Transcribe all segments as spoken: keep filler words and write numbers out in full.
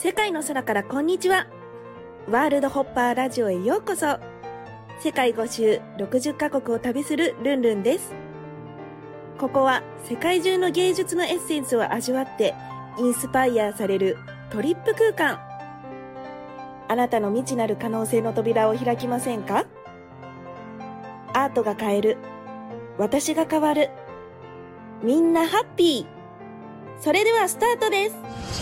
世界の空からこんにちは。ワールドホッパーラジオへようこそ。世界ご周ろくじゅっカ国を旅するルンルンです。ここは世界中の芸術のエッセンスを味わってインスパイアされるトリップ空間。あなたの未知なる可能性の扉を開きませんか？アートが変える。私が変わる。みんなハッピー。それではスタートです。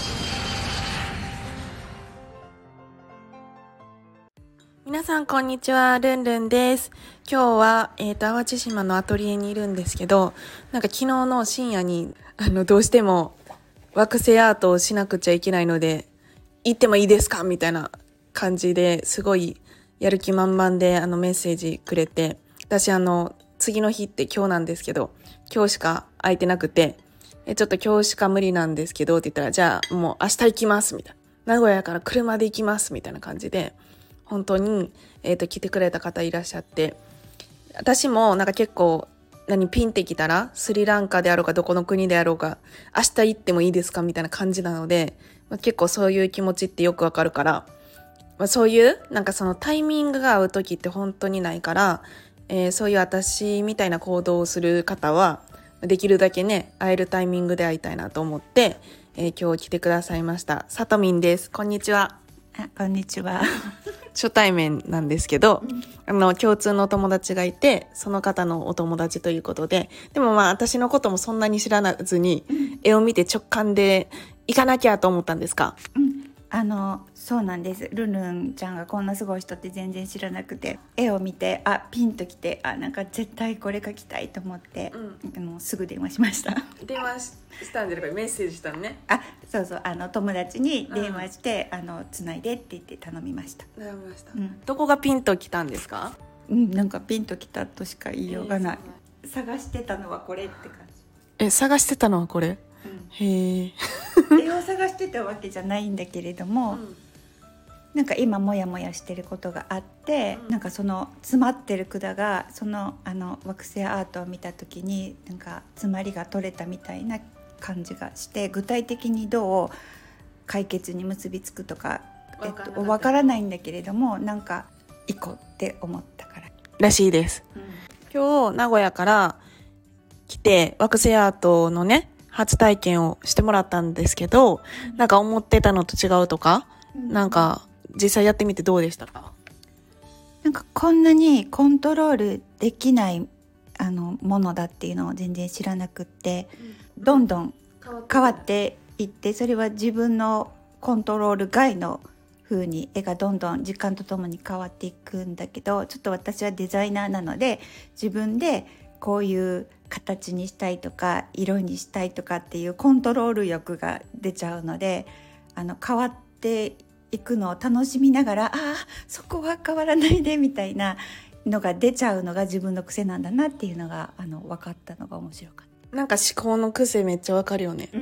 皆さんこんにちは、ルンルンです。今日は、えっと、淡路島のアトリエにいるんですけど、なんか昨日の深夜に、あの、どうしても惑星アートをしなくちゃいけないので、行ってもいいですかみたいな感じですごいやる気満々であのメッセージくれて、私あの、次の日って今日なんですけど、今日しか空いてなくて、えちょっと今日しか無理なんですけどって言ったら、じゃあもう明日行きますみたいな。名古屋から車で行きますみたいな感じで、本当に、えっと、来てくれた方いらっしゃって、私もなんか結構、何、ピンってきたら、スリランカであろうか、どこの国であろうか、明日行ってもいいですかみたいな感じなので、まあ、結構そういう気持ちってよくわかるから、まあ、そういう、なんかそのタイミングが合う時って本当にないから、えー、そういう私みたいな行動をする方は、できるだけね、会えるタイミングで会いたいなと思って、えー、今日来てくださいました。さとみんです。こんにちは。 あ、こんにちは。 初対面なんですけど、うん、あの共通のお友達がいて、その方のお友達ということで、でもまあ私のこともそんなに知らずに、うん、絵を見て直感で行かなきゃと思ったんですか？ うん、あのそうなんです。ルンルンちゃんがこんなすごい人って全然知らなくて、絵を見てあピンときて、あなんか絶対これ描きたいと思って、うん、あのすぐ電話しました。 電話したんじゃなくてメッセージしたのね。 あ、そうそう、あの友達に電話して、うん、あのつないでって言って頼みました。 頼みました、うん、どこがピンときたんですか？ うん、なんかピンときたとしか言いようがない、えー、探してたのはこれって感じ。 え、探してたのはこれ、うん、へえ絵を探してたわけじゃないんだけれども、うん、なんか今モヤモヤしてることがあって、うん、なんかその詰まってる管がその、あの惑星アートを見た時になんか詰まりが取れたみたいな感じがして、具体的にどう解決に結びつくとかえっと、分からないんだけれども、なんか行こうって思ったかららしいです、うん、今日名古屋から来て惑星アートのね初体験をしてもらったんですけど、うん、なんか思ってたのと違うとか、うん、なんか実際やってみてどうでしたか？ なんかこんなにコントロールできないあのものだっていうのを全然知らなくって、うん、どんどん変わっていって、それは自分のコントロール外の風に絵がどんどん時間とともに変わっていくんだけど、ちょっと私はデザイナーなので自分でこういう形にしたいとか色にしたいとかっていうコントロール欲が出ちゃうので、あの変わっていくのを楽しみながら、ああそこは変わらないでみたいなのが出ちゃうのが自分の癖なんだなっていうのがあの分かったのが面白かった。 なんか思考の癖めっちゃ分かるよね。 うんうん、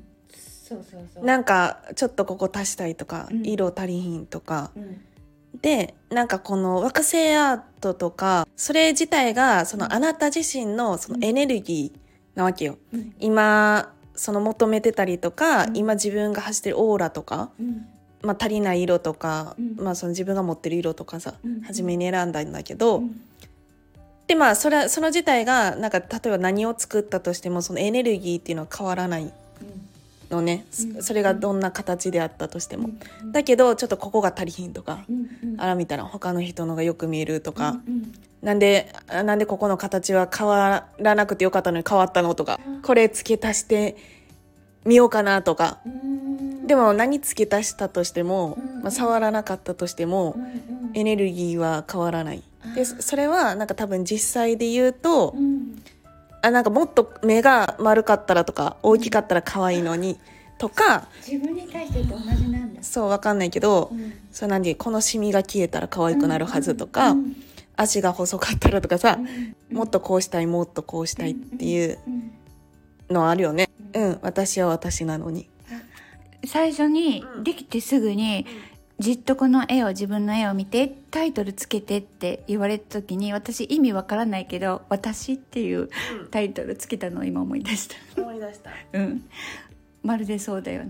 そうそうそう。 なんかちょっとここ足したいとか、うん、色足りひんとか、うん、でなんかこの惑星アートとかそれ自体がそのあなた自身のそのエネルギーなわけよ、うん、今その求めてたりとか、うん、今自分が走ってるオーラとか、うん、まあ、足りない色とか、うん、まあ、その自分が持ってる色とかさ、うん、初めに選んだんだけど、うん、でまあそれその自体がなんか例えば何を作ったとしてもそのエネルギーっていうのは変わらないのね、うん、それがどんな形であったとしても、うん、だけどちょっとここが足りひんとか、うん、あら見たら他の人のがよく見えるとか、うん、なんでなんでここの形は変わらなくてよかったのに変わったのとか、うん、これ付け足してみようかなとか、うん、でも何付け足したとしても、うんまあ、触らなかったとしても、うん、エネルギーは変わらない、うん、でそれはなんか多分実際で言うと、うんあなんかもっと目が丸かったらとか大きかったら可愛いのにとか、 自分に対してと同じなんだ。 そう分かんないけど、うん、それなんでこのシミが消えたら可愛くなるはずとか、うんうん、足が細かったらとかさ、うん、もっとこうしたいもっとこうしたいっていうのあるよね、うん、うん、私は私なのに。 最初にできてすぐに、うんじっとこの絵を自分の絵を見てタイトルつけてって言われた時に、私意味わからないけど私っていうタイトルつけたのを今思い出した、 うん、思い出した、 うん、まるでそうだよね。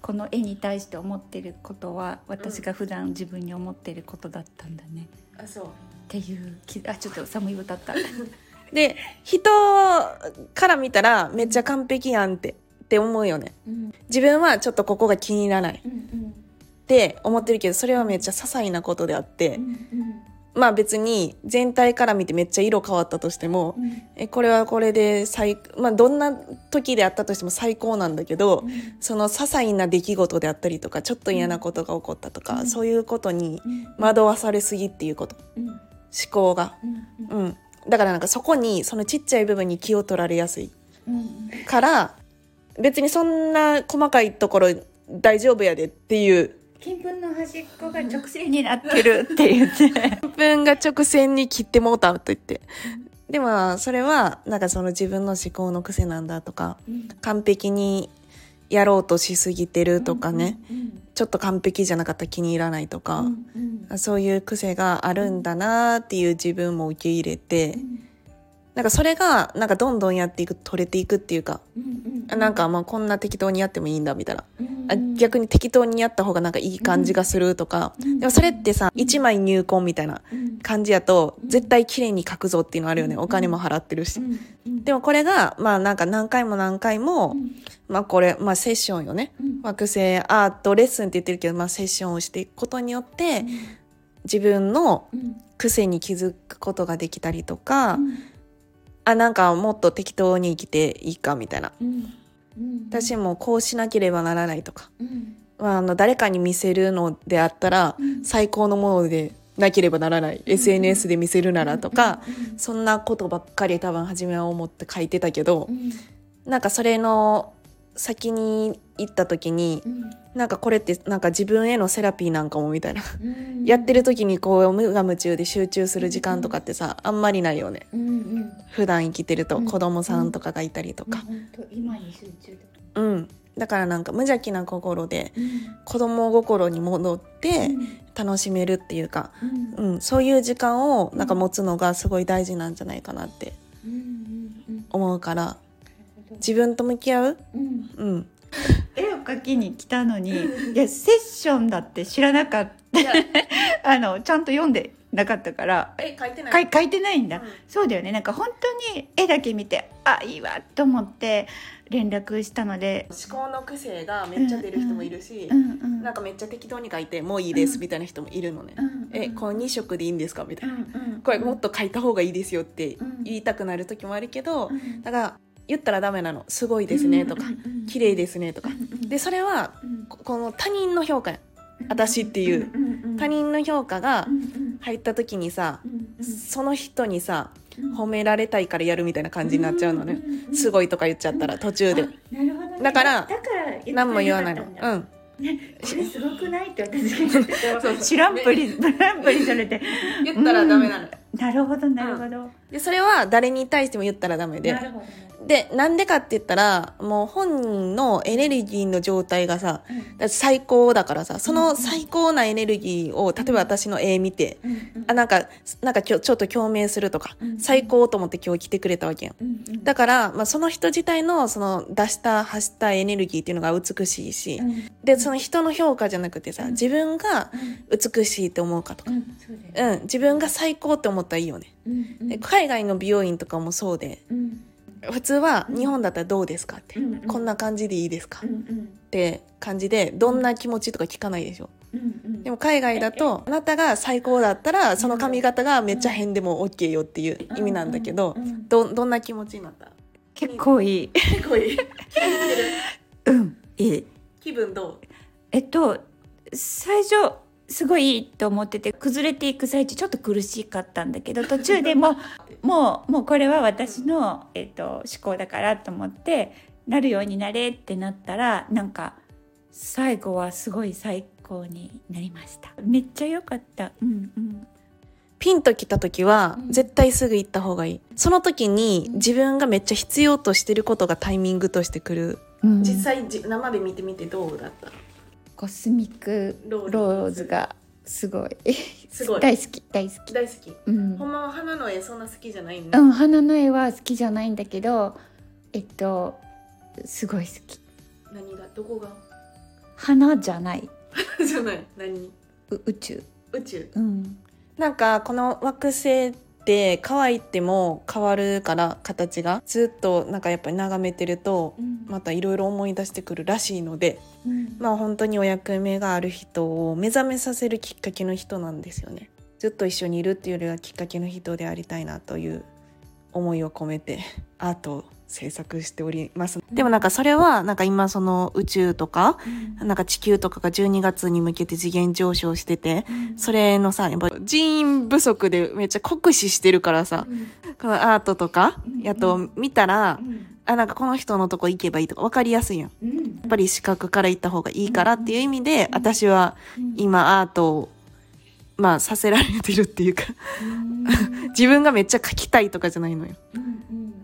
この絵に対して思ってることは私が普段自分に思ってることだったんだね、 うん、あそうっていうあちょっと寒い歌ったで人から見たらめっちゃ完璧やんってって思うよね、うん、自分はちょっとここが気に入らない、うんうん、って思ってるけどそれはめっちゃ些細なことであって、うんうん、まあ別に全体から見てめっちゃ色変わったとしても、うん、えこれはこれで最、まあ、どんな時であったとしても最高なんだけど、うん、その些細な出来事であったりとかちょっと嫌なことが起こったとか、うん、そういうことに惑わされすぎっていうこと、うん、思考が、うんうん、だからなんかそこにそのちっちゃい部分に気を取られやすいから、別にそんな細かいところ大丈夫やでっていう金粉の端っこが直線になってるって言って金粉が直線に切ってもうたと言って、うん、でもそれはなんかその自分の思考の癖なんだとか、うん、完璧にやろうとしすぎてるとかね、うんうんうん、ちょっと完璧じゃなかったら気に入らないとか、うんうん、そういう癖があるんだなっていう自分も受け入れて、うん、なんかそれがなんかどんどんやっていく取れていくっていうか、うんうんうん、なんかまあこんな適当にやってもいいんだみたいな、うんうん、あ逆に適当にやった方がなんかいい感じがするとか、うん、でもそれってさ一枚入魂みたいな感じやと絶対綺麗に描くぞっていうのあるよね、お金も払ってるし、うんうん、でもこれがまあなんか何回も何回も、うん、まあこれまあセッションよね、うん、惑星アートレッスンって言ってるけど、まあセッションをしていくことによって、うん、自分の癖に気づくことができたりとか、うん、あなんかもっと適当に生きていいかみたいな、うんうん、私もこうしなければならないとか、うんまあ、あの誰かに見せるのであったら、うん、最高のものでなければならない、うん、エスエヌエス で見せるならとか、うん、そんなことばっかり多分初めは思って書いてたけど、うん、なんかそれの先に行った時に、うん、なんかこれってなんか自分へのセラピーなんかもみたいな、うん、やってる時にこう無我夢中で集中する時間とかってさ、あんまりないよね、うんうん、普段生きてると子供さんとかがいたりとか、 うんうん、今に集中だ、うん、だからなんか無邪気な心で子供心に戻って楽しめるっていうか、うんうん、そういう時間をなんか持つのがすごい大事なんじゃないかなって思うから、自分と向き合う、うんうん、 絵を描きに来たのにいやセッションだって知らなかったあのちゃんと読んでなかったからえ描いてない、 描いてないんだ、うん、そうだよね。なんか本当に絵だけ見てあいいわと思って連絡したので、 思考の癖がめっちゃ出る人もいるし、うんうん、なんかめっちゃ適当に描いてもういいですみたいな人もいるのね、うんうん、えこのに色でいいんですかみたいな、うんうん、これもっと描いた方がいいですよって言いたくなる時もあるけど、うん、だから言ったらダメなの、すごいですねとか、綺麗ですねとか、でそれはこの他人の評価や、私っていう他人の評価が入った時にさ、その人にさ褒められたいからやるみたいな感じになっちゃうのね、すごいとか言っちゃったら途中で、なるほどね、だから何も言わないの、うんね、これすごくないって私が言ってて知らんぷりブランプリされて言ったらダメなの、 うん、なるほどなるほど、 うん、でそれは誰に対しても言ったらダメで、なるほど、ね、でなんでかって言ったらもう本人のエネルギーの状態がさ、うん、だって最高だからさ、その最高なエネルギーを例えば私の絵見て、うんうん、あなんかなんかちょっと共鳴するとか、うん、最高と思って今日来てくれたわけやん、うんうん、だから、まあ、その人自体のその出した発したエネルギーっていうのが美しいし、うん、でその人の評価じゃなくてさ、うん、自分が美しいって思うかとか、うんうんうん、自分が最高って思ったらいいよね、うんうん、で海外の美容院とかもそうで、うん普通は日本だったらどうですかって、うんうん、こんな感じでいいですか、うんうん、って感じでどんな気持ちとか聞かないでしょ、うんうん、でも海外だとあなたが最高だったらその髪型がめっちゃ変でも OK よっていう意味なんだけど、うんうん、ど, どんな気持ちになった？ 結構いい結構いいうんいい気分どう？ えっと最初すごいいいと思ってて崩れていく最中ちょっと苦しかったんだけど途中でももうもうこれは私の、えっと、思考だからと思ってなるようになれってなったらなんか最後はすごい最高になりました。めっちゃ良かった、うんうん、 ピンときた時は絶対すぐ行った方がいい、その時に自分がめっちゃ必要としてることがタイミングとしてくる、うん、実際生で見てみてどうだった？ コスミックローズがすごいすごい大好き大好き大好き、うん、ほんまは花の絵そんな好きじゃないんだ、うん、花の絵は好きじゃないんだけどえっとすごい好き。 何がどこが？ 花じゃないじゃない。何？ う宇宙。 宇宙。 うん。 なんかこの惑星って乾いても変わるから形がずっとなんかやっぱり眺めてるとまたいろいろ思い出してくるらしいので、うん、まあ本当にお役目がある人を目覚めさせるきっかけの人なんですよね。ずっと一緒にいるっていうよりはきっかけの人でありたいなという思いを込めてアートを制作しております。でもなんかそれはなんか今その宇宙とか、うん、なんか地球とかがじゅうにがつに向けて次元上昇してて、うん、それのさやっぱ人員不足でめっちゃ酷使してるからさ、うん、このアートとかやと見たら、うん、あなんかこの人のとこ行けばいいとか分かりやすいやん、うん、やっぱり視覚から行った方がいいからっていう意味で、うん、私は今アートをまあさせられてるっていうか自分がめっちゃ描きたいとかじゃないのよ、うんうん、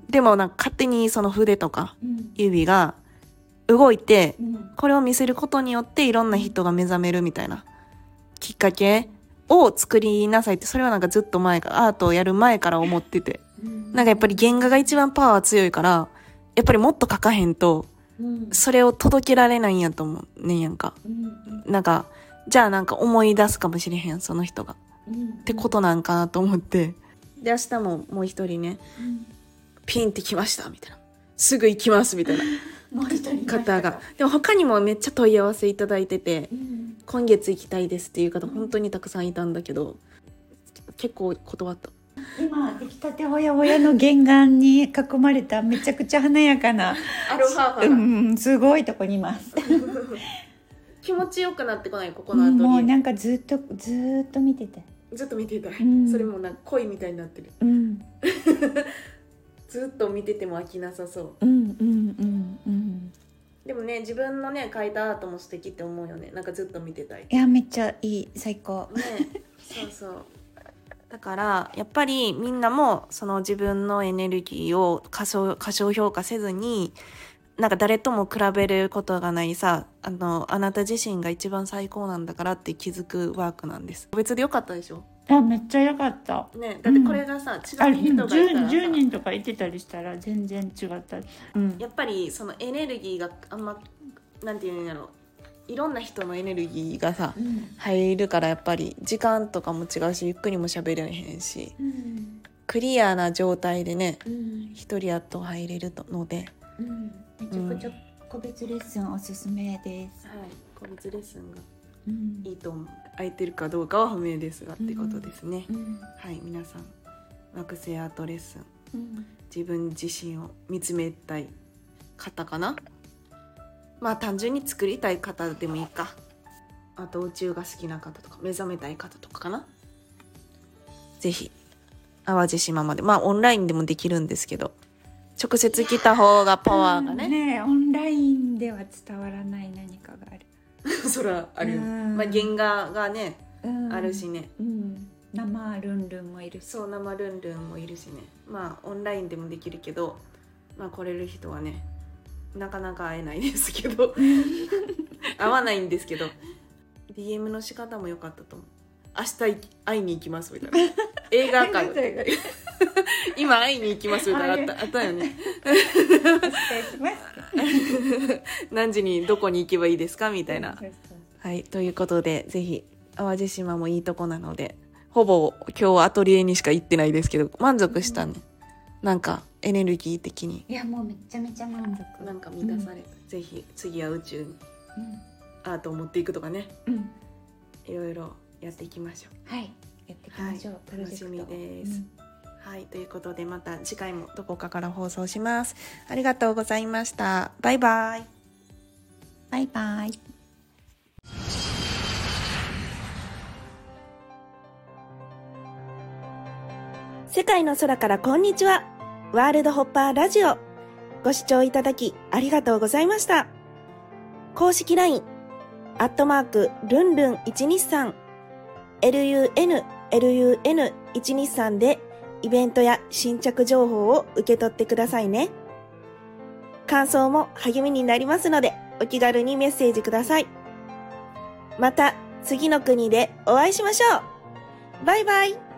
でもなんか勝手にその筆とか指が動いて、うん、これを見せることによっていろんな人が目覚めるみたいなきっかけを作りなさいって、それはなんかずっと前からアートをやる前から思ってて、うん、なんかやっぱり原画が一番パワー強いからやっぱりもっと描かへんとそれを届けられないんやと思うねんやんか、うんうん、なんかじゃあなんか思い出すかもしれへんその人が、うん、ってことなんかなと思って、で明日ももう一人ね、うん、ピンって来ましたみたいな、すぐ行きますみたいなもう一人方が、でも他にもめっちゃ問い合わせいただいてて、うん、今月行きたいですっていう方本当にたくさんいたんだけど結構断った。 今出来たてほやほやの原眼に囲まれためちゃくちゃ華やかなアロハーファ、 うん、すごいとこにいます気持ちよくなってこないここのアトリエ、 もうなんかずっとずっと見ててずっと見てたい、うん、それもなんか恋みたいになってる、うん、ずっと見てても飽きなさそう、うんうんうんうん、でもね自分のね描いたアートも素敵って思うよね。なんかずっと見てたい。 いやめっちゃいい、最高ねそうそうだからやっぱりみんなもその自分のエネルギーを過小、過小評価せずになんか誰とも比べることがないさ、あのあなた自身が一番最高なんだからって気づくワークなんです。別でよかったでしょ。 いやめっちゃよかったね。だってこれがさ、うん、違う人がいたらさ 10, じゅうにんとかいてたりしたら全然違った、 うん、やっぱりそのエネルギーがあんまなんていうんやろ、いろんな人のエネルギーがさ、うん、入るからやっぱり時間とかも違うしゆっくりも喋れへんし、うん、クリアな状態でね一、うん、人やっと入れるので、 うん、めちゃくちゃ個別レッスンおすすめです、 はい、個別レッスンがいいと思う、空いてるかどうかは不明ですが、うん、ってことですね、うん、はい、皆さん惑星アートレッスン、うん、自分自身を見つめたい方かな、まあ単純に作りたい方でもいいか、あと宇宙が好きな方とか目覚めたい方とかかな、ぜひ淡路島まで、まあオンラインでもできるんですけど直接来た方がパワーがね、 ねえオンラインでは伝わらない何かがあるそらあるよ、まあ、原画がねあるしね、 うん、生ルンルンもいるし、 そう生ルンルンもいるしね、まあオンラインでもできるけど、まあ来れる人はねなかなか会えないですけど会わないんですけど ディーエム の仕方も良かったと思う。明日会いに行きますみたいな映画館今会いに行きますみたいなあった、あったよね何時にどこに行けばいいですかみたいな、はい、ということでぜひ淡路島もいいとこなので、ほぼ今日アトリエにしか行ってないですけど満足したね、うん、なんかエネルギー的にいやもうめちゃめちゃ満足、 なんか満たされた、うん、ぜひ次は宇宙に、うん、アートを持っていくとかね、うん、いろいろやっていきましょう。はいやっていきましょう、 はい、楽しみです、うん、はいということでまた次回もどこかから放送します。ありがとうございました。バイバイバイバイ。 世界の空からこんにちは。ワールドホッパーラジオ。ご視聴いただきありがとうございました。公式 ライン、アットマーク、ルンルンいちにさん、エルユーエヌエルユーエヌいちにさん でイベントや新着情報を受け取ってくださいね。感想も励みになりますので、お気軽にメッセージください。また次の国でお会いしましょう。バイバイ。